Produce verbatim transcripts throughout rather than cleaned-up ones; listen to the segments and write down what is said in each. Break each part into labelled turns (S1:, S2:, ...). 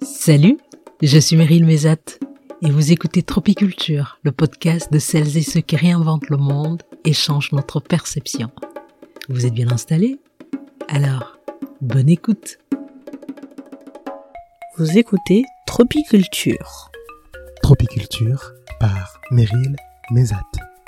S1: Salut, je suis Meryl Mezat et vous écoutez Tropiculture, le podcast de celles et ceux qui réinventent le monde et changent notre perception. Vous êtes bien installés ? Alors, bonne écoute.
S2: Vous écoutez Tropiculture.
S3: Tropiculture par Meryl Mezat.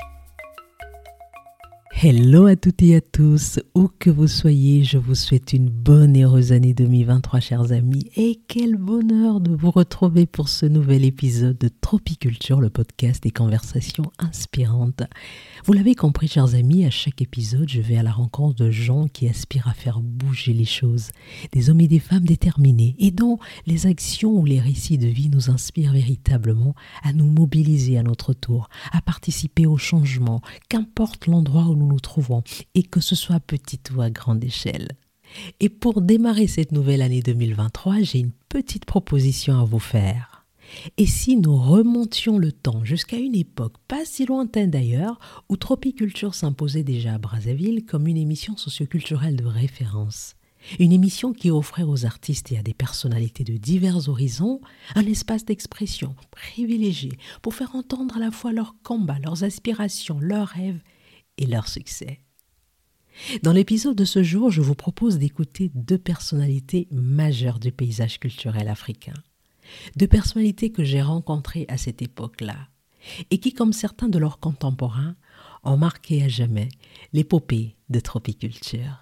S1: Hello à toutes et à tous, où que vous soyez, je vous souhaite une bonne et heureuse année deux mille vingt-trois, chers amis, et quel bonheur de vous retrouver pour ce nouvel épisode de Tropiculture, le podcast des conversations inspirantes. Vous l'avez compris, chers amis, à chaque épisode, je vais à la rencontre de gens qui aspirent à faire bouger les choses, des hommes et des femmes déterminés, et dont les actions ou les récits de vie nous inspirent véritablement à nous mobiliser à notre tour, à participer au changement, qu'importe l'endroit où nous nous trouvons, et que ce soit à petite ou à grande échelle. Et pour démarrer cette nouvelle année deux mille vingt-trois, j'ai une petite proposition à vous faire. Et si nous remontions le temps jusqu'à une époque pas si lointaine d'ailleurs, où Tropiculture s'imposait déjà à Brazzaville comme une émission socioculturelle de référence. Une émission qui offrait aux artistes et à des personnalités de divers horizons un espace d'expression privilégié pour faire entendre à la fois leurs combats, leurs aspirations, leurs rêves et leur succès. Dans l'épisode de ce jour, je vous propose d'écouter deux personnalités majeures du paysage culturel africain. Deux personnalités que j'ai rencontrées à cette époque-là et qui, comme certains de leurs contemporains, ont marqué à jamais l'épopée de Tropiculture.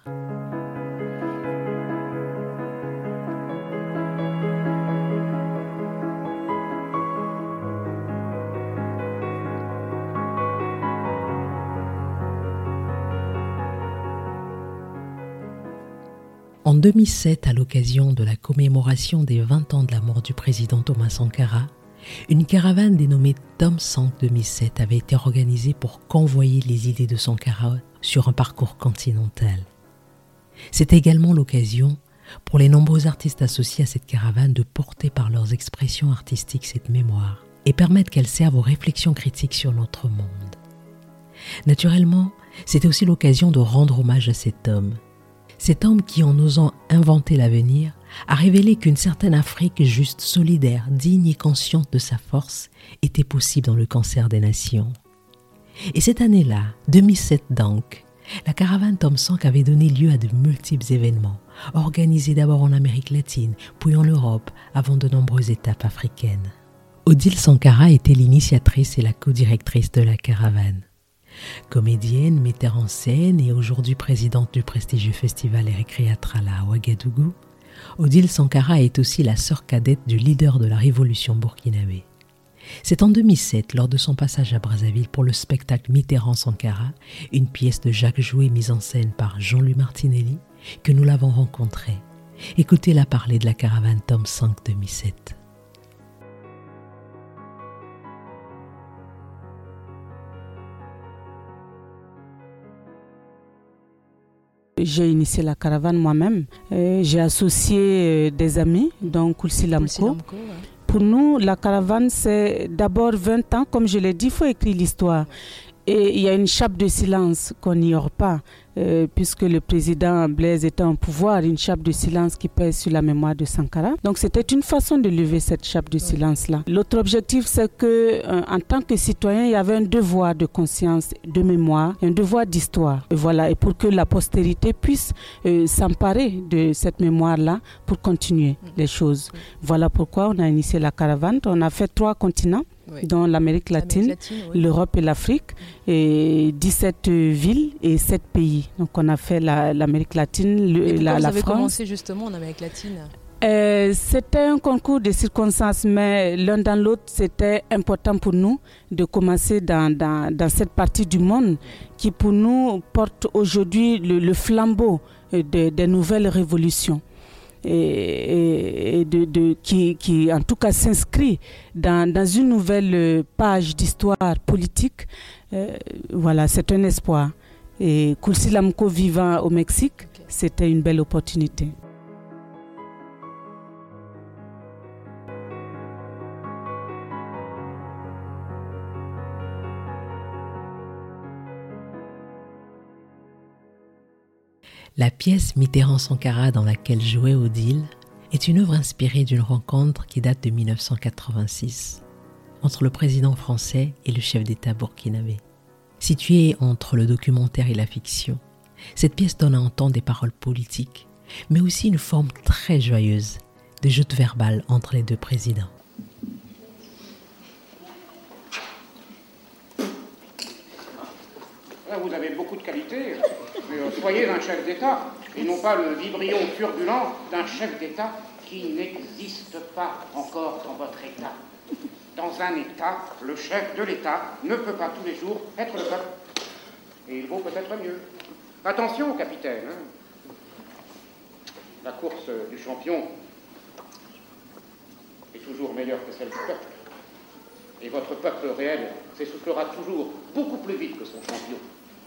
S1: En deux mille sept, à l'occasion de la commémoration des vingt ans de la mort du président Thomas Sankara, une caravane dénommée Tom Sank deux mille sept avait été organisée pour convoyer les idées de Sankara sur un parcours continental. C'était également l'occasion pour les nombreux artistes associés à cette caravane de porter par leurs expressions artistiques cette mémoire et permettre qu'elle serve aux réflexions critiques sur notre monde. Naturellement, c'était aussi l'occasion de rendre hommage à cet homme. Cet homme qui, en osant inventer l'avenir, a révélé qu'une certaine Afrique juste, solidaire, digne et consciente de sa force était possible dans le concert des nations. Et cette année-là, deux mille sept donc, la caravane Tom Sank avait donné lieu à de multiples événements, organisés d'abord en Amérique latine, puis en Europe, avant de nombreuses étapes africaines. Odile Sankara était l'initiatrice et la co-directrice de la caravane. Comédienne, metteur en scène et aujourd'hui présidente du prestigieux festival Eric Riatrala à Ouagadougou, Odile Sankara est aussi la sœur cadette du leader de la révolution burkinabé. C'est en deux mille sept, lors de son passage à Brazzaville pour le spectacle Mitterrand-Sankara, une pièce de Jacques Jouet mise en scène par Jean-Louis Martinelli, que nous l'avons rencontrée. Écoutez-la parler de la caravane Tom Sank deux mille sept.
S4: J'ai initié la caravane moi-même. Euh, j'ai associé euh, des amis, dont Koulsi Lamko. Ouais. Pour nous, la caravane, c'est d'abord vingt ans. Comme je l'ai dit, il faut écrire l'histoire. Et il y a une chape de silence qu'on n'ignore pas, euh, puisque le président Blaise était en pouvoir, une chape de silence qui pèse sur la mémoire de Sankara. Donc c'était une façon de lever cette chape de silence-là. L'autre objectif, c'est que, euh, en tant que citoyen, il y avait un devoir de conscience, de mémoire, un devoir d'histoire. Et voilà, et pour que la postérité puisse euh, s'emparer de cette mémoire-là pour continuer les choses. Voilà pourquoi on a initié la caravane. On a fait trois continents. Oui. Dans l'Amérique latine, latine oui. l'Europe et l'Afrique, et dix-sept villes et sept pays. Donc on a fait la, l'Amérique latine, le,
S5: et
S4: la,
S5: vous
S4: la
S5: avez
S4: France.
S5: commencé justement en Amérique latine
S4: euh, C'était un concours de circonstances, mais l'un dans l'autre, c'était important pour nous de commencer dans, dans, dans cette partie du monde qui pour nous porte aujourd'hui le, le flambeau de, des nouvelles révolutions. Et, et de, de, qui, qui en tout cas s'inscrit dans, dans une nouvelle page d'histoire politique. Euh, voilà, c'est un espoir. Et Koulsi Lamko vivant au Mexique, okay. C'était une belle opportunité.
S1: La pièce Mitterrand-Sankara dans laquelle jouait Odile est une œuvre inspirée d'une rencontre qui date de mille neuf cent quatre-vingt-six entre le président français et le chef d'État burkinabé. Située entre le documentaire et la fiction, cette pièce donne à entendre des paroles politiques, mais aussi une forme très joyeuse de joute verbale entre les deux présidents.
S5: Là, vous avez beaucoup de qualités, mais euh, soyez un chef d'État, et non pas le vibrion turbulent d'un chef d'État qui n'existe pas encore dans votre État. Dans un État, le chef de l'État ne peut pas tous les jours être le peuple. Et il vaut peut-être mieux. Attention, capitaine. Hein. La course du champion est toujours meilleure que celle du peuple. Et votre peuple réel s'essoufflera toujours beaucoup plus vite que son champion.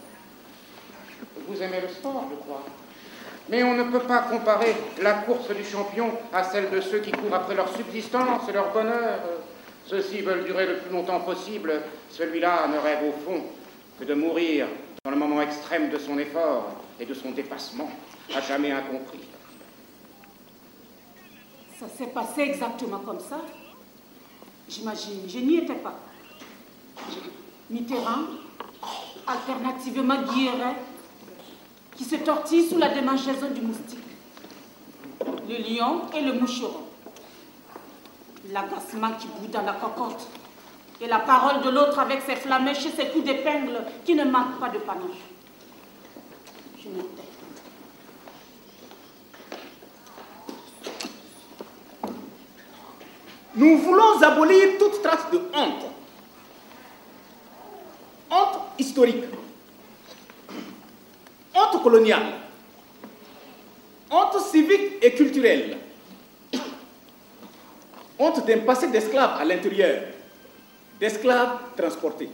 S5: Vous aimez le sport, je crois. Mais on ne peut pas comparer la course du champion à celle de ceux qui courent après leur subsistance et leur bonheur. Ceux-ci veulent durer le plus longtemps possible. Celui-là ne rêve au fond que de mourir dans le moment extrême de son effort et de son dépassement, à jamais incompris.
S6: Ça s'est passé exactement comme ça. J'imagine, je n'y étais pas. Mitterrand, alternativement Guilleret, qui se tortille sous la démangeaison du moustique. Le lion et le moucheron. L'agacement qui bout dans la cocotte. Et la parole de l'autre avec ses flamèches et ses coups d'épingle qui ne manquent pas de panache. Je n'étais.
S7: Nous voulons abolir toute trace de honte. Honte historique. Honte coloniale. Honte civique et culturelle. Honte d'un passé d'esclaves à l'intérieur, d'esclaves transportés.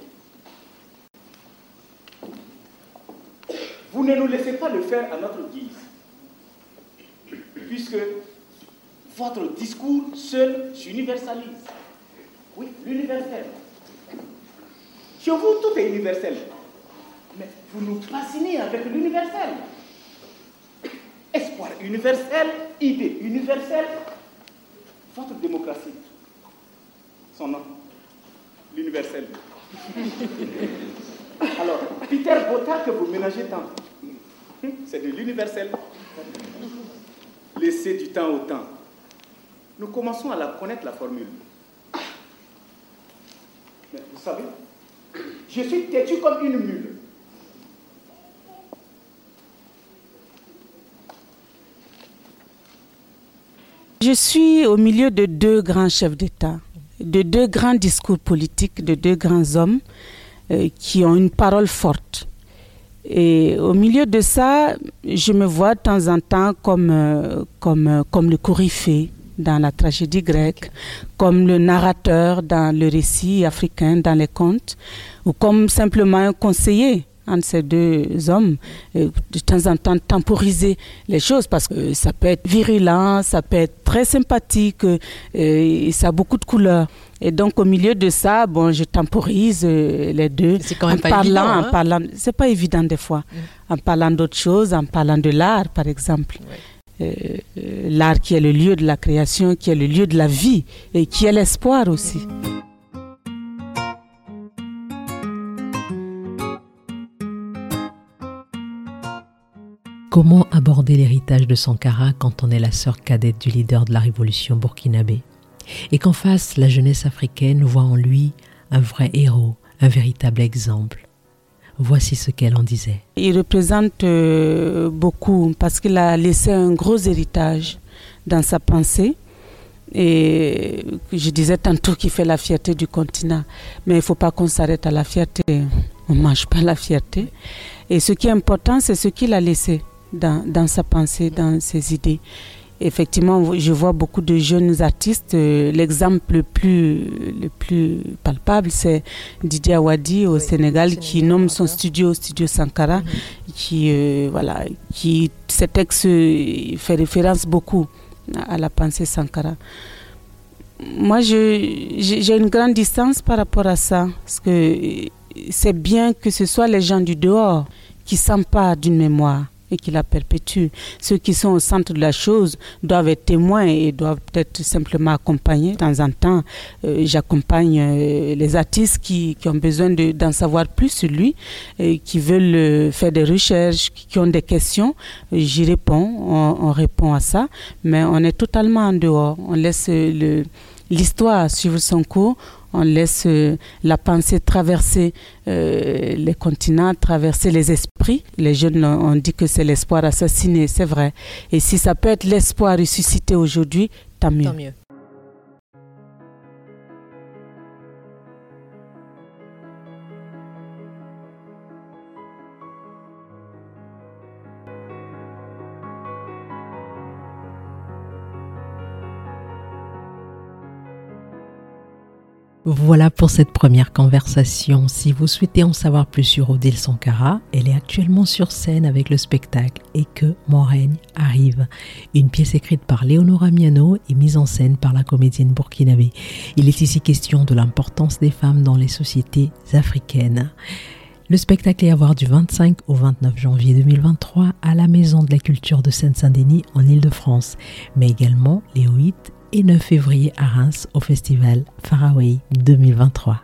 S7: Vous ne nous laissez pas le faire à notre guise, puisque votre discours seul s'universalise. Oui, l'universel. Chez vous, tout est universel. Mais vous nous fascinez avec l'universel. Espoir universel, idée universelle. Votre démocratie, son nom, l'universel. Alors, Peter Botta que vous ménagez tant, c'est de l'universel. Laissez du temps au temps. Nous commençons à la connaître, la formule. Mais vous savez, je suis têtu comme une mule.
S4: Je suis au milieu de deux grands chefs d'État, de deux grands discours politiques, de deux grands hommes euh, qui ont une parole forte. Et au milieu de ça, je me vois de temps en temps comme, euh, comme, euh, comme le coryphée dans la tragédie grecque, comme le narrateur dans le récit africain, dans les contes, ou comme simplement un conseiller entre ces deux hommes, de temps en temps temporiser les choses parce que ça peut être virulent, ça peut être très sympathique, et ça a beaucoup de couleurs. Et donc au milieu de ça, bon, je temporise les deux.
S1: C'est quand même
S4: en
S1: pas
S4: parlant,
S1: évident, hein?
S4: en parlant, c'est pas évident des fois, mmh. en parlant d'autres choses, en parlant de l'art par exemple. Ouais. Euh, euh, l'art qui est le lieu de la création, qui est le lieu de la vie et qui est l'espoir aussi.
S1: Comment aborder l'héritage de Sankara quand on est la sœur cadette du leader de la révolution burkinabé et qu'en face, la jeunesse africaine voit en lui un vrai héros, un véritable exemple? Voici ce qu'elle en disait.
S4: Il représente euh, beaucoup parce qu'il a laissé un gros héritage dans sa pensée. Et je disais tantôt qu'il fait la fierté du continent. Mais il ne faut pas qu'on s'arrête à la fierté. On ne mange pas la fierté. Et ce qui est important, c'est ce qu'il a laissé dans, dans sa pensée, dans ses idées. Effectivement, je vois beaucoup de jeunes artistes. L'exemple le plus, le plus palpable, c'est Didier Awadi au oui, Sénégal, qui nomme son studio Studio Sankara, mm-hmm. qui, euh, voilà, qui, cet texte fait référence beaucoup à la pensée Sankara. Moi, je, j'ai une grande distance par rapport à ça, parce que c'est bien que ce soit les gens du dehors qui s'emparent d'une mémoire et qui la perpétue. Ceux qui sont au centre de la chose doivent être témoins et doivent être simplement accompagnés. De temps en temps, euh, j'accompagne euh, les artistes qui, qui ont besoin de, d'en savoir plus sur lui, et qui veulent euh, faire des recherches, qui, qui ont des questions. J'y réponds, on, on répond à ça, mais on est totalement en dehors. On laisse le, l'histoire suivre son cours. On laisse euh, la pensée traverser euh, les continents, traverser les esprits. Les jeunes ont dit que c'est l'espoir assassiné, c'est vrai. Et si ça peut être l'espoir ressuscité aujourd'hui, tant mieux.
S1: Tant mieux. Voilà pour cette première conversation. Si vous souhaitez en savoir plus sur Odile Sankara, elle est actuellement sur scène avec le spectacle « Et que mon règne arrive », une pièce écrite par Léonora Miano et mise en scène par la comédienne burkinabé. Il est ici question de l'importance des femmes dans les sociétés africaines. Le spectacle est à voir du vingt-cinq au vingt-neuf janvier deux mille vingt-trois à la Maison de la Culture de Seine-Saint-Denis en Île-de-France, mais également les huit et neuf février à Reims au festival Faraway deux mille vingt-trois.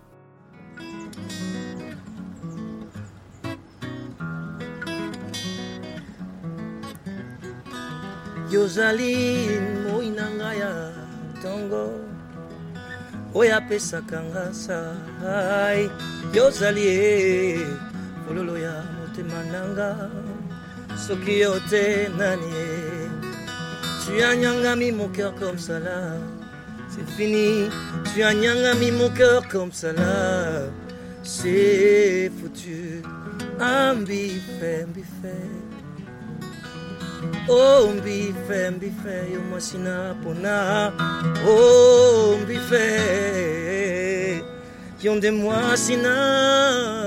S8: Yozali moinangaya tongo oya pesa kangasa ai yozali ololo ya motema nanga soki yote nani. Tu as nyangami mon cœur comme ça là, c'est fini. Tu as nyangami mon cœur comme ça là, c'est foutu. Ambifé, ambifé. Oh, ambifé, ambifé. Yo moi sina pona. Oh, ambifé. Yon de moi sina.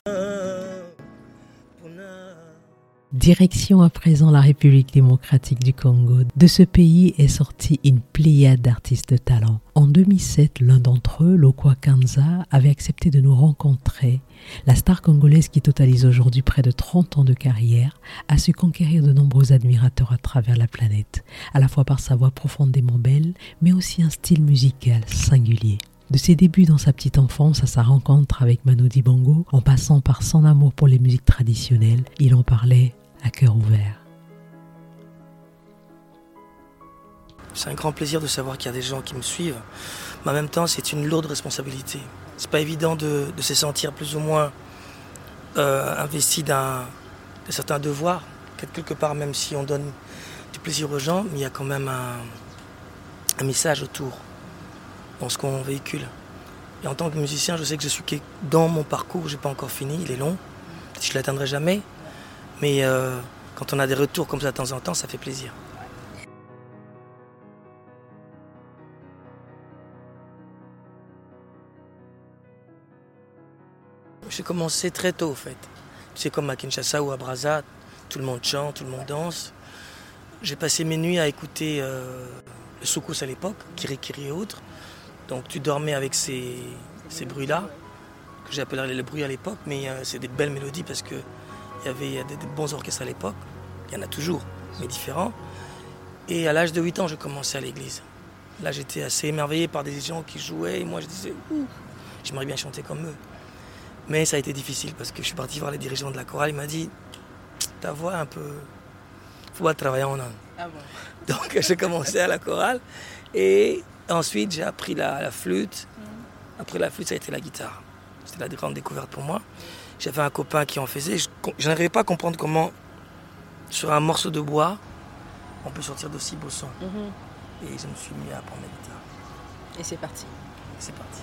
S1: Direction à présent la République démocratique du Congo. De ce pays est sortie une pléiade d'artistes de talent. En deux mille sept, l'un d'entre eux, Lokwa Kanza, avait accepté de nous rencontrer. La star congolaise qui totalise aujourd'hui près de trente ans de carrière a su conquérir de nombreux admirateurs à travers la planète, à la fois par sa voix profondément belle, mais aussi un style musical singulier. De ses débuts dans sa petite enfance à sa rencontre avec Manu Dibango, en passant par son amour pour les musiques traditionnelles, il en parlait à cœur ouvert.
S8: C'est un grand plaisir de savoir qu'il y a des gens qui me suivent, mais en même temps c'est une lourde responsabilité. C'est pas évident de, de se sentir plus ou moins euh, investi d'un, de certains devoirs, quelque part, même si on donne du plaisir aux gens, mais il y a quand même un, un message autour dans ce qu'on véhicule. Et en tant que musicien, je sais que je suis dans mon parcours, j'ai pas encore fini, il est long, je ne l'atteindrai jamais. Mais euh, quand on a des retours comme ça de temps en temps, ça fait plaisir. J'ai commencé très tôt, en fait. C'est comme à Kinshasa ou à Brazza, tout le monde chante, tout le monde danse. J'ai passé mes nuits à écouter euh, le soukous à l'époque, Kiri Kiri et autres. Donc tu dormais avec ces, ces bruits-là, que j'appellerais les bruits à l'époque, mais euh, c'est des belles mélodies parce que il y avait des, des bons orchestres à l'époque, il y en a toujours, mais différents. Et à l'âge de huit ans, je commençais à l'église. Là, j'étais assez émerveillé par des gens qui jouaient, et moi je disais, ouh, j'aimerais bien chanter comme eux. Mais ça a été difficile parce que je suis parti voir les dirigeants de la chorale, il m'a dit, ta voix un peu, faut pas travailler en Inde. Ah bon. Donc j'ai commencé à la chorale, et ensuite j'ai appris la, la flûte. Après la flûte, ça a été la guitare. C'était la grande découverte pour moi. J'avais un copain qui en faisait. Je, je n'arrivais pas à comprendre comment, sur un morceau de bois, on peut sortir d'aussi beaux sons. Mm-hmm. Et je me suis mis à apprendre la guitare.
S1: Et c'est parti.
S8: Et c'est parti.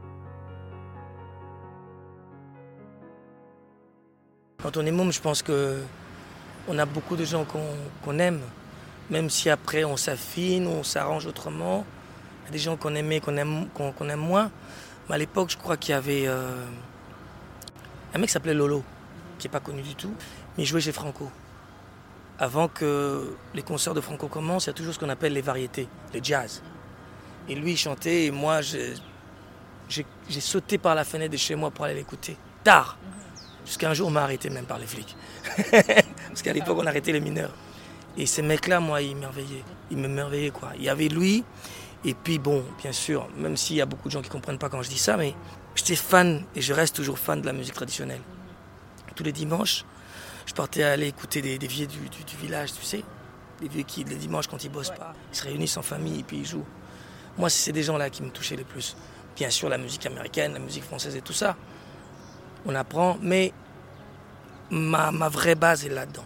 S8: Quand on est môme, je pense qu'on a beaucoup de gens qu'on, qu'on aime. Même si après on s'affine, on s'arrange autrement. Il y a des gens qu'on aimait, qu'on aime, qu'on, qu'on aime moins. Mais à l'époque, je crois qu'il y avait euh, un mec qui s'appelait Lolo, qui n'est pas connu du tout, mais il jouait chez Franco. Avant que les concerts de Franco commencent, il y a toujours ce qu'on appelle les variétés, les jazz. Et lui, il chantait, et moi, j'ai, j'ai, j'ai sauté par la fenêtre de chez moi pour aller l'écouter. Tard. Jusqu'à un jour, on m'a arrêté même par les flics. Parce qu'à l'époque, on arrêtait les mineurs. Et ces mecs-là, moi, ils m'émerveillaient. Ils m'émerveillaient, quoi. Il y avait lui, et puis bon, bien sûr, même s'il y a beaucoup de gens qui ne comprennent pas quand je dis ça, mais j'étais fan, et je reste toujours fan de la musique traditionnelle. Tous les dimanches, je partais aller écouter des, des vieux du, du, du village, tu sais. Les vieux qui, les dimanches, quand ils bossent pas, ils se réunissent en famille, et puis ils jouent. Moi, c'est ces gens-là qui me touchaient le plus. Bien sûr, la musique américaine, la musique française et tout ça, on apprend, mais ma, ma vraie base est là-dedans.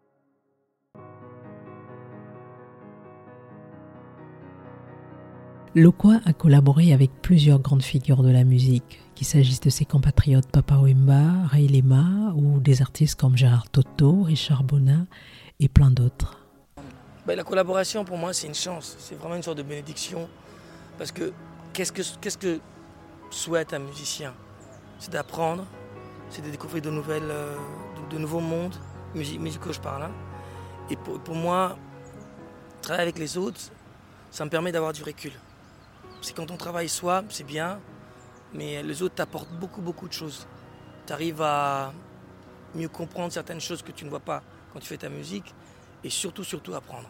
S1: Lokwa a collaboré avec plusieurs grandes figures de la musique, qu'il s'agisse de ses compatriotes Papa Wemba, Ray Lema ou des artistes comme Gérard Toto, Richard Bona et plein d'autres.
S8: Ben, la collaboration pour moi c'est une chance, c'est vraiment une sorte de bénédiction parce que qu'est-ce que, qu'est-ce que souhaite un musicien ? C'est d'apprendre, c'est de découvrir de, nouvelles, euh, de, de nouveaux mondes music, musicaux je parle. Hein. Et pour, pour moi, travailler avec les autres, ça me permet d'avoir du recul. C'est quand on travaille soi, c'est bien, mais les autres t'apportent beaucoup, beaucoup de choses. Tu arrives à mieux comprendre certaines choses que tu ne vois pas quand tu fais ta musique et surtout, surtout apprendre.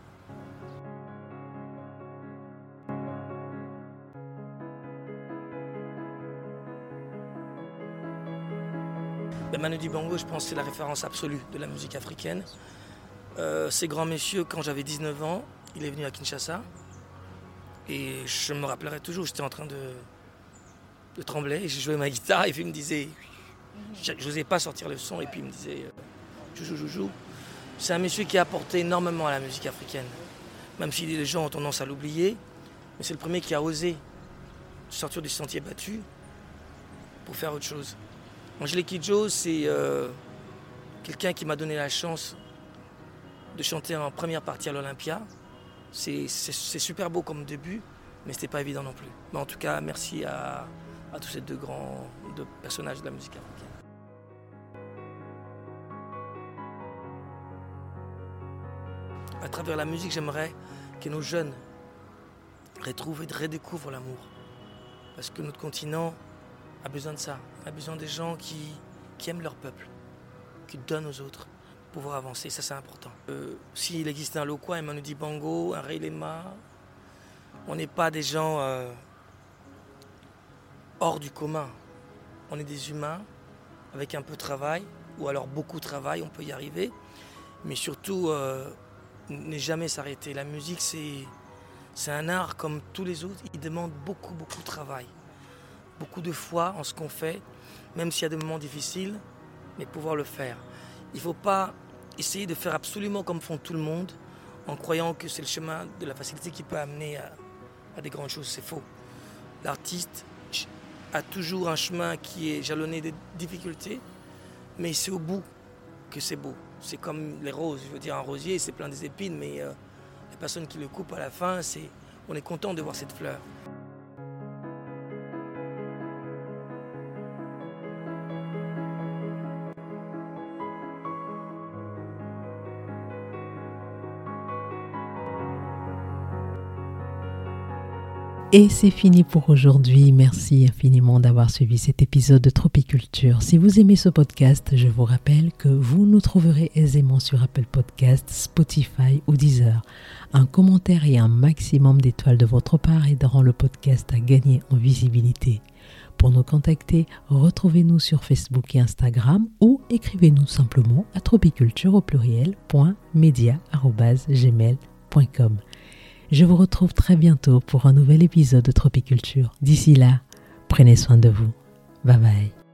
S8: Ben Manu Dibango, je pense que c'est la référence absolue de la musique africaine. Euh, ces grands messieurs, quand j'avais dix-neuf ans, il est venu à Kinshasa. Et je me rappellerai toujours, j'étais en train de, de trembler et j'ai joué ma guitare et puis il me disait, je n'osais pas sortir le son et puis il me disait, joujou, joujou. C'est un monsieur qui a apporté énormément à la musique africaine, même si les gens ont tendance à l'oublier, mais c'est le premier qui a osé sortir du sentier battu pour faire autre chose. Angélique Kidjo, c'est euh, quelqu'un qui m'a donné la chance de chanter en première partie à l'Olympia. C'est, c'est, c'est super beau comme début, mais c'était pas évident non plus. Mais en tout cas, merci à, à tous ces deux grands deux personnages de la musique africaine. À travers la musique, j'aimerais que nos jeunes retrouvent et redécouvrent l'amour. Parce que notre continent a besoin de ça. On a besoin des gens qui, qui aiment leur peuple, qui donnent aux autres. Pouvoir avancer, ça c'est important. Euh, s'il existe un Lokwa, un Manu Dibango, un Ray Lema, on n'est pas des gens euh, hors du commun. On est des humains avec un peu de travail, ou alors beaucoup de travail, on peut y arriver. Mais surtout, euh, ne jamais s'arrêter. La musique, c'est, c'est un art comme tous les autres. Il demande beaucoup, beaucoup de travail. Beaucoup de foi en ce qu'on fait, même s'il y a des moments difficiles, mais pouvoir le faire. Il ne faut pas essayer de faire absolument comme font tout le monde en croyant que c'est le chemin de la facilité qui peut amener à, à des grandes choses. C'est faux. L'artiste a toujours un chemin qui est jalonné de difficultés, mais c'est au bout que c'est beau. C'est comme les roses. Je veux dire, un rosier, c'est plein des épines, mais euh, la personne qui le coupe à la fin, c'est, on est content de voir cette fleur.
S1: Et c'est fini pour aujourd'hui. Merci infiniment d'avoir suivi cet épisode de Tropiculture. Si vous aimez ce podcast, je vous rappelle que vous nous trouverez aisément sur Apple Podcasts, Spotify ou Deezer. Un commentaire et un maximum d'étoiles de votre part aideront le podcast à gagner en visibilité. Pour nous contacter, retrouvez-nous sur Facebook et Instagram ou écrivez-nous simplement à tropiculture au pluriel point media arobase gmail point com. Je vous retrouve très bientôt pour un nouvel épisode de Tropiculture. D'ici là, prenez soin de vous. Bye bye.